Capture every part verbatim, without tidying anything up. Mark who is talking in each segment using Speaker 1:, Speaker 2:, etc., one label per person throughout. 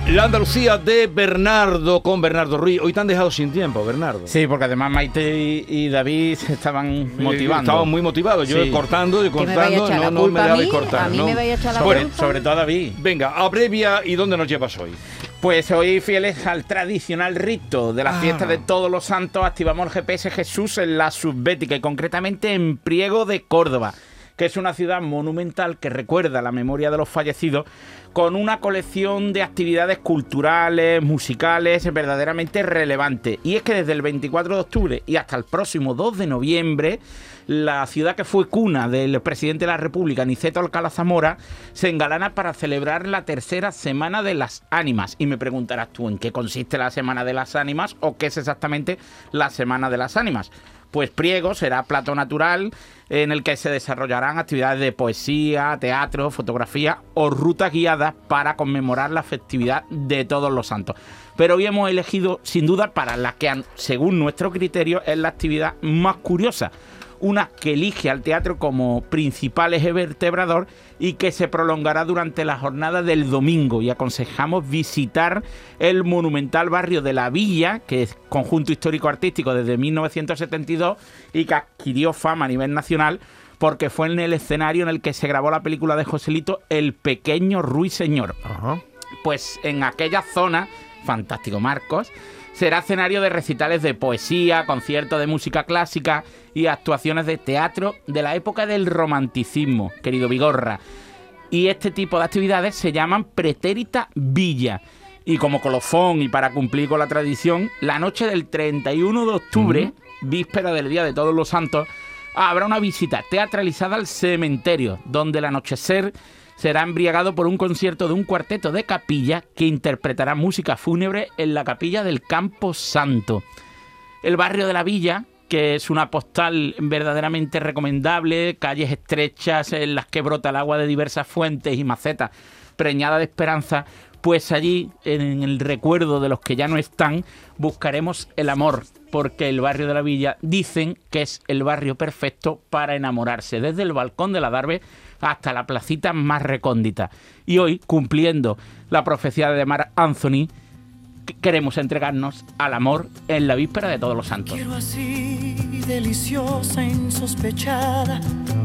Speaker 1: La Andalucía de Bernardo con Bernardo Ruiz. Hoy te han dejado sin tiempo, Bernardo.
Speaker 2: Sí, porque además Maite y, y David se estaban motivando.
Speaker 1: Estaban muy motivados. Yo
Speaker 2: sí.
Speaker 1: cortando y cortando.
Speaker 3: Me
Speaker 1: no, no me dejabais cortar.
Speaker 3: A mí
Speaker 1: no.
Speaker 3: me vaya a echar la
Speaker 2: sobre,
Speaker 3: culpa.
Speaker 2: sobre todo a David.
Speaker 1: Venga, abrevia. ¿Y dónde nos llevas hoy?
Speaker 2: Pues hoy, fieles al tradicional rito de la
Speaker 1: Ah.
Speaker 2: fiesta de Todos los Santos, activamos el G P S Jesús en la Subbética y concretamente en Priego de Córdoba, que es una ciudad monumental que recuerda la memoria de los fallecidos, con una colección de actividades culturales, musicales, verdaderamente relevantes. Y es que desde el veinticuatro de octubre y hasta el próximo dos de noviembre, la ciudad que fue cuna del presidente de la República, Niceto Alcalá Zamora, se engalana para celebrar la tercera Semana de las Ánimas. Y me preguntarás tú, ¿en qué consiste la Semana de las Ánimas o qué es exactamente la Semana de las Ánimas? Pues Priego será plato natural en el que se desarrollarán actividades de poesía, teatro, fotografía o rutas guiadas para conmemorar la festividad de Todos los Santos. Pero hoy hemos elegido, sin duda, para la que, según nuestro criterio, es la actividad más curiosa. Una que elige al teatro como principal eje vertebrador y que se prolongará durante la jornada del domingo. Y aconsejamos visitar el monumental barrio de La Villa, que es conjunto histórico-artístico desde mil novecientos setenta y dos y que adquirió fama a nivel nacional porque fue en el escenario en el que se grabó la película de Joselito El pequeño ruiseñor.
Speaker 4: Ajá.
Speaker 2: Pues en aquella zona, fantástico Marcos, será escenario de recitales de poesía, conciertos de música clásica y actuaciones de teatro de la época del romanticismo, querido Vigorra. Y este tipo de actividades se llaman Pretérita Villa. Y como colofón y para cumplir con la tradición, la noche del treinta y uno de octubre, uh-huh. víspera del Día de Todos los Santos, habrá una visita teatralizada al cementerio, donde el anochecer será embriagado por un concierto de un cuarteto de capilla que interpretará música fúnebre en la capilla del Campo Santo. El barrio de La Villa, que es una postal verdaderamente recomendable, calles estrechas en las que brota el agua de diversas fuentes y macetas preñada de esperanza, pues allí, en el recuerdo de los que ya no están, buscaremos el amor, porque el barrio de La Villa dicen que es el barrio perfecto para enamorarse, desde el balcón de la Darbe hasta la placita más recóndita. Y hoy, cumpliendo la profecía de Marc Anthony, queremos entregarnos al amor en la víspera de Todos los Santos.
Speaker 5: Quiero así, deliciosa, insospechada,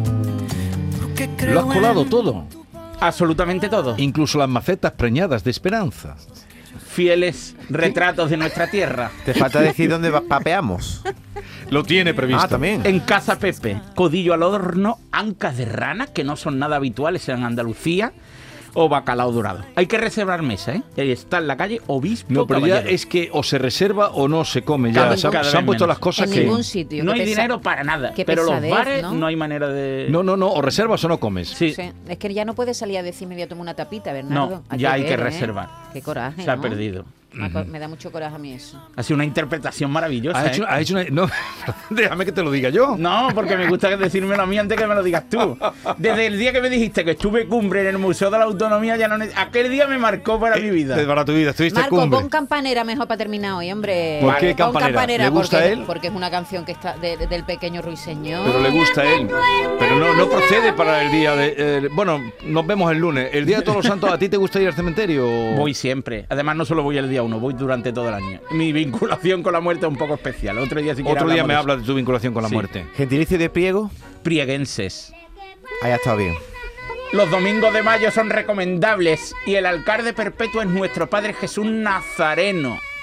Speaker 5: porque creo
Speaker 1: Lo has colado
Speaker 5: en
Speaker 1: todo.
Speaker 2: Absolutamente todo.
Speaker 1: Incluso las macetas preñadas de esperanza.
Speaker 2: Fieles retratos de nuestra tierra.
Speaker 4: Te falta decir dónde va- papeamos.
Speaker 1: Lo tiene previsto.
Speaker 4: Ah, también.
Speaker 2: En Casa Pepe, codillo al horno, ancas de rana, que no son nada habituales en Andalucía, o bacalao dorado. Hay que reservar mesa, ¿eh? Ahí está en la calle Obispo
Speaker 1: No, pero
Speaker 2: Caballero.
Speaker 1: ya es que o se reserva o no se come. Ya
Speaker 2: Cada-
Speaker 1: se han,
Speaker 2: cada
Speaker 1: se
Speaker 2: vez
Speaker 1: han puesto
Speaker 2: menos.
Speaker 1: las cosas
Speaker 3: En
Speaker 1: que...
Speaker 3: ningún sitio.
Speaker 2: No
Speaker 3: Qué
Speaker 2: hay
Speaker 3: pesa-
Speaker 2: dinero para nada,
Speaker 3: qué
Speaker 2: pero los
Speaker 3: pesadez,
Speaker 2: bares
Speaker 3: ¿no?
Speaker 2: ¿no? hay manera de...
Speaker 1: No, no, no, o reservas o no comes.
Speaker 2: Sí,
Speaker 3: Sí. Es que ya no puedes salir a decirme voy a tomar una tapita, Bernardo.
Speaker 2: No, ya hay que
Speaker 3: ver, ¿eh?
Speaker 2: reservar.
Speaker 3: Qué coraje,
Speaker 2: se ha
Speaker 3: ¿no?
Speaker 2: perdido.
Speaker 3: Me, co- me da mucho coraje a mí eso.
Speaker 2: Ha sido una interpretación maravillosa,
Speaker 1: ¿Has hecho,
Speaker 2: ¿eh?
Speaker 1: has hecho una... No, déjame que te lo diga yo.
Speaker 2: No, porque me gusta decírmelo a mí antes que me lo digas tú. Desde el día que me dijiste que estuve cumbre en el Museo de la Autonomía, ya no ne- aquel día me marcó para mi vida.
Speaker 1: Eh, Para tu vida, estuviste
Speaker 3: Marco,
Speaker 1: cumbre.
Speaker 3: pon Campanera mejor para terminar hoy, hombre.
Speaker 1: ¿Por qué
Speaker 3: Pon
Speaker 1: Campanera? ¿Le gusta
Speaker 3: porque,
Speaker 1: a él?
Speaker 3: Porque es una canción que está de- de- del pequeño ruiseñor.
Speaker 1: Pero le gusta a él. Pero no, no procede para el día de... eh, bueno, nos vemos el lunes. El día de Todos los Santos, ¿a ti te gusta ir al cementerio?
Speaker 2: Voy siempre. Además, no solo voy el día uno, voy durante todo el año. Mi vinculación con la muerte es un poco especial. Otro día, si quieres,
Speaker 1: Otro día
Speaker 2: hablamos
Speaker 1: me
Speaker 2: de
Speaker 1: hablas de tu vinculación con la
Speaker 2: Sí.
Speaker 1: muerte.
Speaker 4: Gentilicio de Priego.
Speaker 2: eso. Prieguenses.
Speaker 4: Ahí ha estado bien.
Speaker 2: Los domingos de mayo son recomendables y el alcalde perpetuo es nuestro Padre Jesús Nazareno.